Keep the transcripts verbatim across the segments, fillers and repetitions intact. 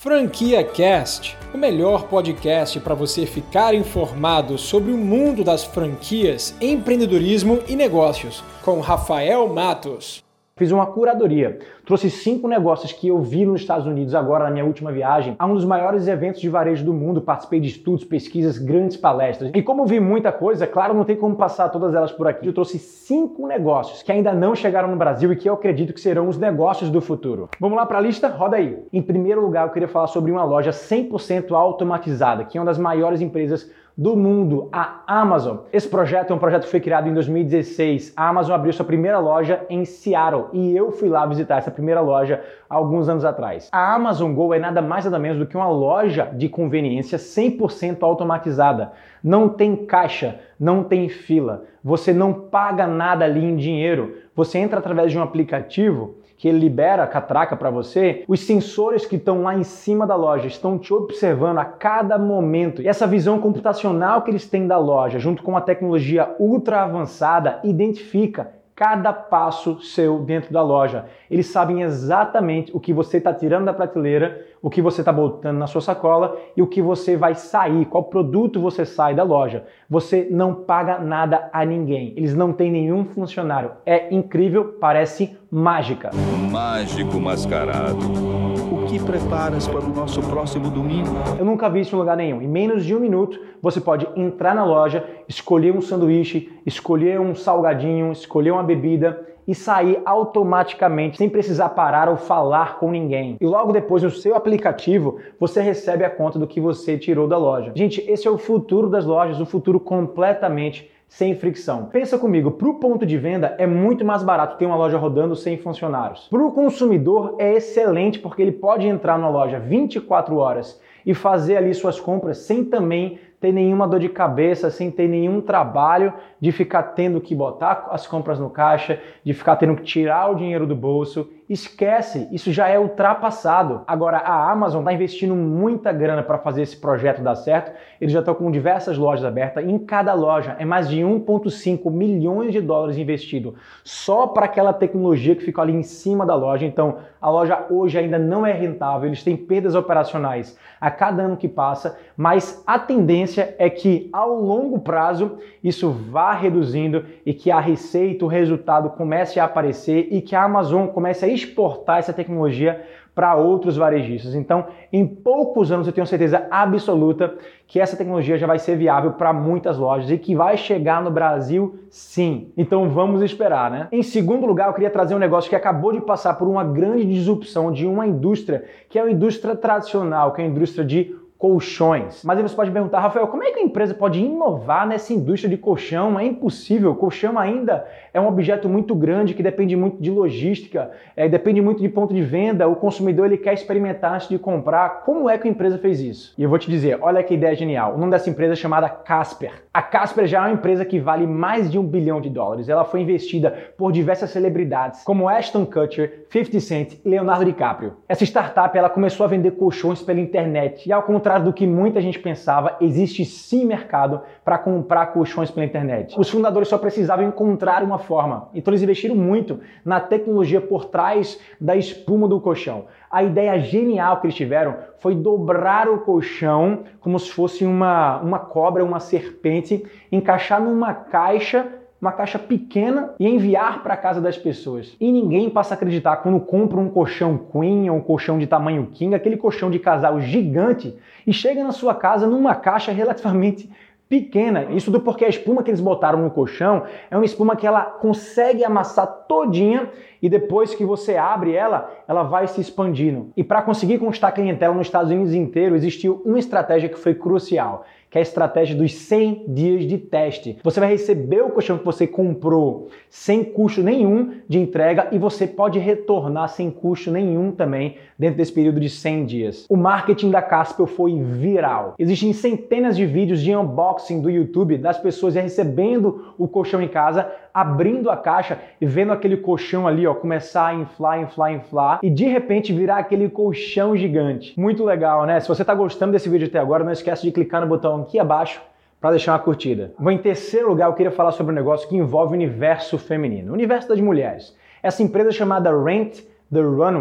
Franquia Cast, o melhor podcast para você ficar informado sobre o mundo das franquias, empreendedorismo e negócios, com Rafael Matos. Fiz uma curadoria, trouxe cinco negócios que eu vi nos Estados Unidos agora na minha última viagem a um dos maiores eventos de varejo do mundo, participei de estudos, pesquisas, grandes palestras. E como vi muita coisa, claro, não tem como passar todas elas por aqui, eu trouxe cinco negócios que ainda não chegaram no Brasil e que eu acredito que serão os negócios do futuro. Vamos lá para a lista? Roda aí! Em primeiro lugar, eu queria falar sobre uma loja cem por cento automatizada, que é uma das maiores empresas do mundo, a Amazon. Esse projeto é um projeto que foi criado em dois mil e dezesseis. A Amazon abriu sua primeira loja em Seattle e eu fui lá visitar essa primeira loja há alguns anos atrás. A Amazon Go é nada mais nada menos do que uma loja de conveniência cem por cento automatizada. Não tem caixa, não tem fila, você não paga nada ali em dinheiro. Você entra através de um aplicativo que ele libera a catraca para você, os sensores que estão lá em cima da loja estão te observando a cada momento. E essa visão computacional que eles têm da loja, junto com a tecnologia ultra avançada, identifica cada passo seu dentro da loja. Eles sabem exatamente o que você está tirando da prateleira, o que você está botando na sua sacola e o que você vai sair, qual produto você sai da loja. Você não paga nada a ninguém. Eles não têm nenhum funcionário. É incrível, parece mágica. Mágico mascarado. O que preparas para o nosso próximo domingo? Eu nunca vi isso em lugar nenhum. Em menos de um minuto, você pode entrar na loja, escolher um sanduíche, escolher um salgadinho, escolher uma bebida e sair automaticamente, sem precisar parar ou falar com ninguém. E logo depois, no seu aplicativo, você recebe a conta do que você tirou da loja. Gente, esse é o futuro das lojas, o futuro completamente sem fricção. Pensa comigo, para o ponto de venda é muito mais barato ter uma loja rodando sem funcionários. Para o consumidor é excelente porque ele pode entrar numa loja vinte e quatro horas e fazer ali suas compras sem também ter nenhuma dor de cabeça, sem ter nenhum trabalho de ficar tendo que botar as compras no caixa, de ficar tendo que tirar o dinheiro do bolso. Esquece, isso já é ultrapassado. Agora, a Amazon está investindo muita grana para fazer esse projeto dar certo. Eles já estão com diversas lojas abertas. Em cada loja é mais de um vírgula cinco milhões de dólares investido só para aquela tecnologia que fica ali em cima da loja. Então, a loja hoje ainda não é rentável, eles têm perdas operacionais a cada ano que passa, mas a tendência é que ao longo prazo isso vá reduzindo e que a receita, o resultado comece a aparecer e que a Amazon comece a exportar essa tecnologia para outros varejistas. Então, em poucos anos eu tenho certeza absoluta que essa tecnologia já vai ser viável para muitas lojas e que vai chegar no Brasil sim. Então vamos esperar, né? Em segundo lugar, eu queria trazer um negócio que acabou de passar por uma grande disrupção de uma indústria que é uma indústria tradicional, que é a indústria de colchões. Mas aí você pode perguntar, Rafael, como é que a empresa pode inovar nessa indústria de colchão? É impossível. O colchão ainda é um objeto muito grande que depende muito de logística, é, depende muito de ponto de venda. O consumidor ele quer experimentar antes de comprar. Como é que a empresa fez isso? E eu vou te dizer, olha que ideia genial. O nome dessa empresa é chamada Casper. A Casper já é uma empresa que vale mais de um bilhão de dólares. Ela foi investida por diversas celebridades, como Ashton Kutcher, fifty cent e Leonardo DiCaprio. Essa startup ela começou a vender colchões pela internet e ao contrário do que muita gente pensava, existe sim mercado para comprar colchões pela internet. Os fundadores só precisavam encontrar uma forma, então eles investiram muito na tecnologia por trás da espuma do colchão. A ideia genial que eles tiveram foi dobrar o colchão como se fosse uma, uma cobra, uma serpente, encaixar numa caixa uma caixa pequena e enviar para a casa das pessoas. E ninguém passa a acreditar quando compra um colchão Queen ou um colchão de tamanho King, aquele colchão de casal gigante, e chega na sua casa numa caixa relativamente pequena. Isso do porque a espuma que eles botaram no colchão é uma espuma que ela consegue amassar todinha e depois que você abre ela, ela vai se expandindo. E para conseguir conquistar clientela nos Estados Unidos inteiro, existiu uma estratégia que foi crucial, que é a estratégia dos cem dias de teste. Você vai receber o colchão que você comprou sem custo nenhum de entrega e você pode retornar sem custo nenhum também dentro desse período de cem dias. O marketing da Casper foi viral. Existem centenas de vídeos de unboxing do YouTube das pessoas recebendo o colchão em casa, abrindo a caixa e vendo aquele colchão ali, ó, começar a inflar, inflar, inflar e de repente virar aquele colchão gigante. Muito legal, né? Se você tá gostando desse vídeo até agora, não esquece de clicar no botão aqui abaixo para deixar uma curtida. Bom, em terceiro lugar, eu queria falar sobre um negócio que envolve o universo feminino, o universo das mulheres. Essa empresa chamada Rent the Runway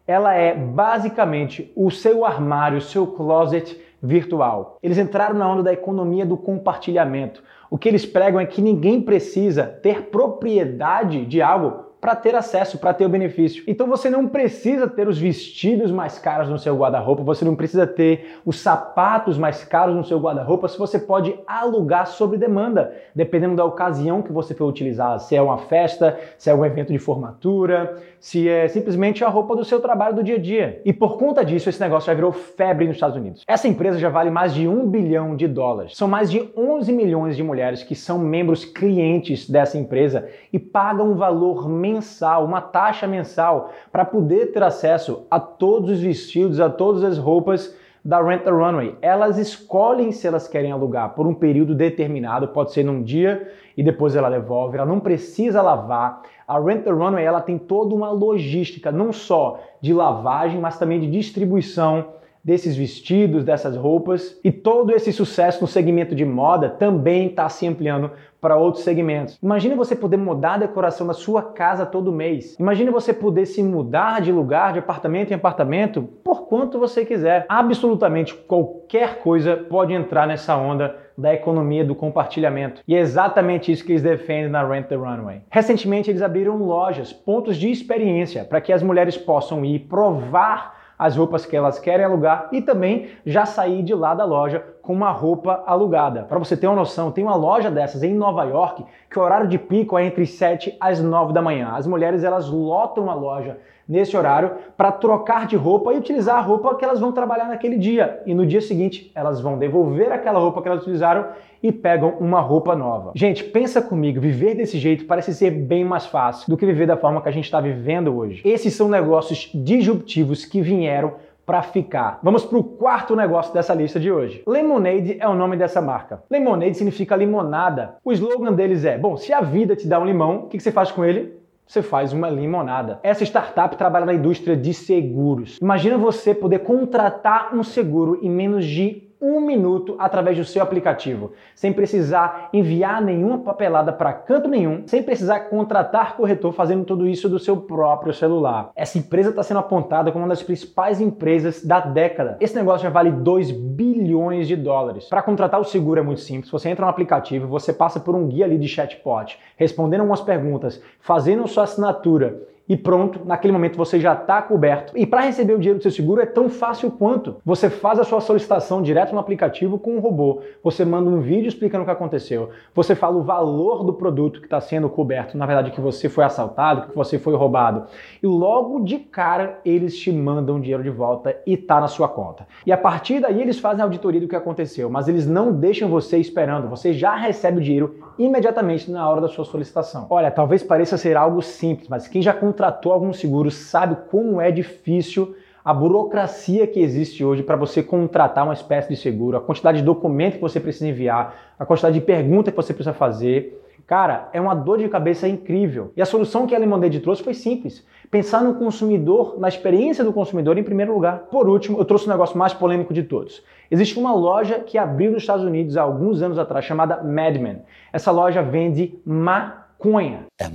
ela é basicamente o seu armário, o seu closet virtual. Eles entraram na onda da economia do compartilhamento. O que eles pregam é que ninguém precisa ter propriedade de algo para ter acesso, para ter o benefício. Então você não precisa ter os vestidos mais caros no seu guarda-roupa, você não precisa ter os sapatos mais caros no seu guarda-roupa, se você pode alugar sob demanda, dependendo da ocasião que você for utilizar, se é uma festa, se é algum evento de formatura, se é simplesmente a roupa do seu trabalho do dia a dia. E por conta disso, esse negócio já virou febre nos Estados Unidos. Essa empresa já vale mais de um bilhão de dólares. São mais de onze milhões de mulheres que são membros clientes dessa empresa e pagam um valor mensal, uma taxa mensal, para poder ter acesso a todos os vestidos, a todas as roupas da Rent the Runway. Elas escolhem se elas querem alugar por um período determinado, pode ser num dia e depois ela devolve, ela não precisa lavar. A Rent the Runway, ela tem toda uma logística, não só de lavagem, mas também de distribuição desses vestidos, dessas roupas, e todo esse sucesso no segmento de moda também está se ampliando para outros segmentos. Imagine você poder mudar a decoração da sua casa todo mês. Imagine você poder se mudar de lugar, de apartamento em apartamento, por quanto você quiser. Absolutamente qualquer coisa pode entrar nessa onda da economia do compartilhamento. E é exatamente isso que eles defendem na Rent the Runway. Recentemente eles abriram lojas, pontos de experiência, para que as mulheres possam ir provar as roupas que elas querem alugar e também já sair de lá da loja com uma roupa alugada. Para você ter uma noção, tem uma loja dessas em Nova York que o horário de pico é entre sete às nove da manhã. As mulheres, elas lotam a loja nesse horário para trocar de roupa e utilizar a roupa que elas vão trabalhar naquele dia. E no dia seguinte, elas vão devolver aquela roupa que elas utilizaram e pegam uma roupa nova. Gente, pensa comigo, viver desse jeito parece ser bem mais fácil do que viver da forma que a gente está vivendo hoje. Esses são negócios disruptivos que vieram para ficar. Vamos para o quarto negócio dessa lista de hoje. Lemonade é o nome dessa marca. Lemonade significa limonada. O slogan deles é, bom, se a vida te dá um limão, o que você faz com ele? Você faz uma limonada. Essa startup trabalha na indústria de seguros. Imagina você poder contratar um seguro em menos de um minuto através do seu aplicativo, sem precisar enviar nenhuma papelada para canto nenhum, sem precisar contratar corretor, fazendo tudo isso do seu próprio celular. Essa empresa está sendo apontada como uma das principais empresas da década. Esse negócio já vale dois bilhões de dólares. Para contratar o seguro é muito simples. Você entra no aplicativo, você passa por um guia ali de chatbot, respondendo algumas perguntas, fazendo sua assinatura, e pronto, naquele momento você já está coberto. E para receber o dinheiro do seu seguro é tão fácil quanto. Você faz a sua solicitação direto no aplicativo com um robô. Você manda um vídeo explicando o que aconteceu. Você fala o valor do produto que está sendo coberto, na verdade que você foi assaltado, que você foi roubado. E logo de cara eles te mandam o dinheiro de volta e está na sua conta. E a partir daí eles fazem a auditoria do que aconteceu, mas eles não deixam você esperando. Você já recebe o dinheiro imediatamente na hora da sua solicitação. Olha, talvez pareça ser algo simples, mas quem já contratou algum seguro sabe como é difícil a burocracia que existe hoje para você contratar uma espécie de seguro, a quantidade de documento que você precisa enviar, a quantidade de perguntas que você precisa fazer. Cara, é uma dor de cabeça incrível. E a solução que a Lemonade trouxe foi simples. Pensar no consumidor, na experiência do consumidor em primeiro lugar. Por último, eu trouxe o negócio mais polêmico de todos. Existe uma loja que abriu nos Estados Unidos há alguns anos atrás, chamada Mad Men. Essa loja vende maconha. É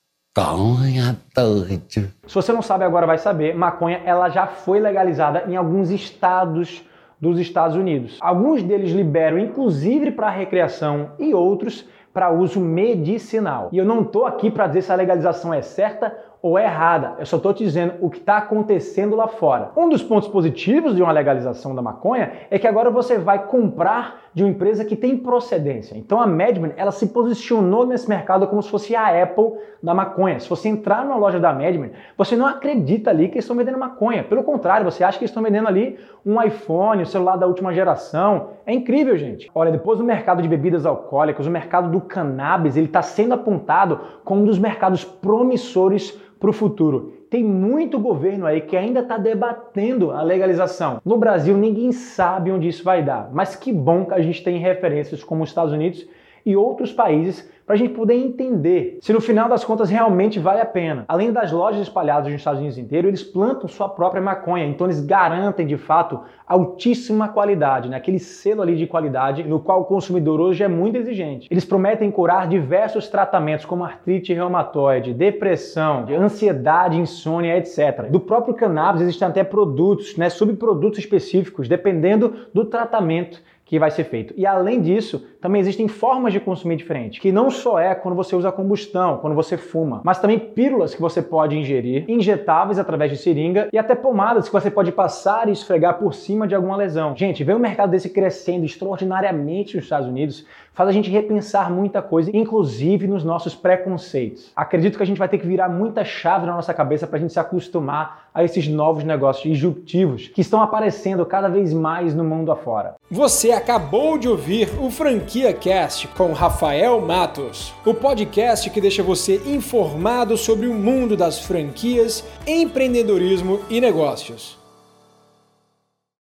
maconha, doido. Se você não sabe, agora vai saber. Maconha, ela já foi legalizada em alguns estados dos Estados Unidos. Alguns deles liberam, inclusive para recreação, e outros para uso medicinal. E eu não estou aqui para dizer se a legalização é certa ou é errada, eu só estou te dizendo o que está acontecendo lá fora. Um dos pontos positivos de uma legalização da maconha é que agora você vai comprar de uma empresa que tem procedência. Então a Mad Men, ela se posicionou nesse mercado como se fosse a Apple da maconha. Se você entrar numa loja da Mad Men, você não acredita ali que eles estão vendendo maconha. Pelo contrário, você acha que eles estão vendendo ali um iPhone, um celular da última geração. É incrível, gente. Olha, depois do mercado de bebidas alcoólicas, o mercado do cannabis, ele está sendo apontado como um dos mercados promissores para o futuro. Tem muito governo aí que ainda está debatendo a legalização. No Brasil, ninguém sabe onde isso vai dar, mas que bom que a gente tem referências como os Estados Unidos e outros países para a gente poder entender se no final das contas realmente vale a pena. Além das lojas espalhadas nos Estados Unidos inteiro, eles plantam sua própria maconha, então eles garantem de fato altíssima qualidade, né? Aquele selo ali de qualidade no qual o consumidor hoje é muito exigente. Eles prometem curar diversos tratamentos como artrite reumatoide, depressão, ansiedade, insônia, etcétera. Do próprio cannabis existem até produtos, né, subprodutos específicos, dependendo do tratamento que vai ser feito. E além disso, também existem formas de consumir diferentes, que não só é quando você usa combustão, quando você fuma, mas também pílulas que você pode ingerir, injetáveis através de seringa e até pomadas que você pode passar e esfregar por cima de alguma lesão. Gente, ver um mercado desse crescendo extraordinariamente nos Estados Unidos faz a gente repensar muita coisa, inclusive nos nossos preconceitos. Acredito que a gente vai ter que virar muita chave na nossa cabeça para a gente se acostumar a esses novos negócios disruptivos que estão aparecendo cada vez mais no mundo afora. Você acabou de ouvir o Franquia Cast com Rafael Matos, o podcast que deixa você informado sobre o mundo das franquias, empreendedorismo e negócios.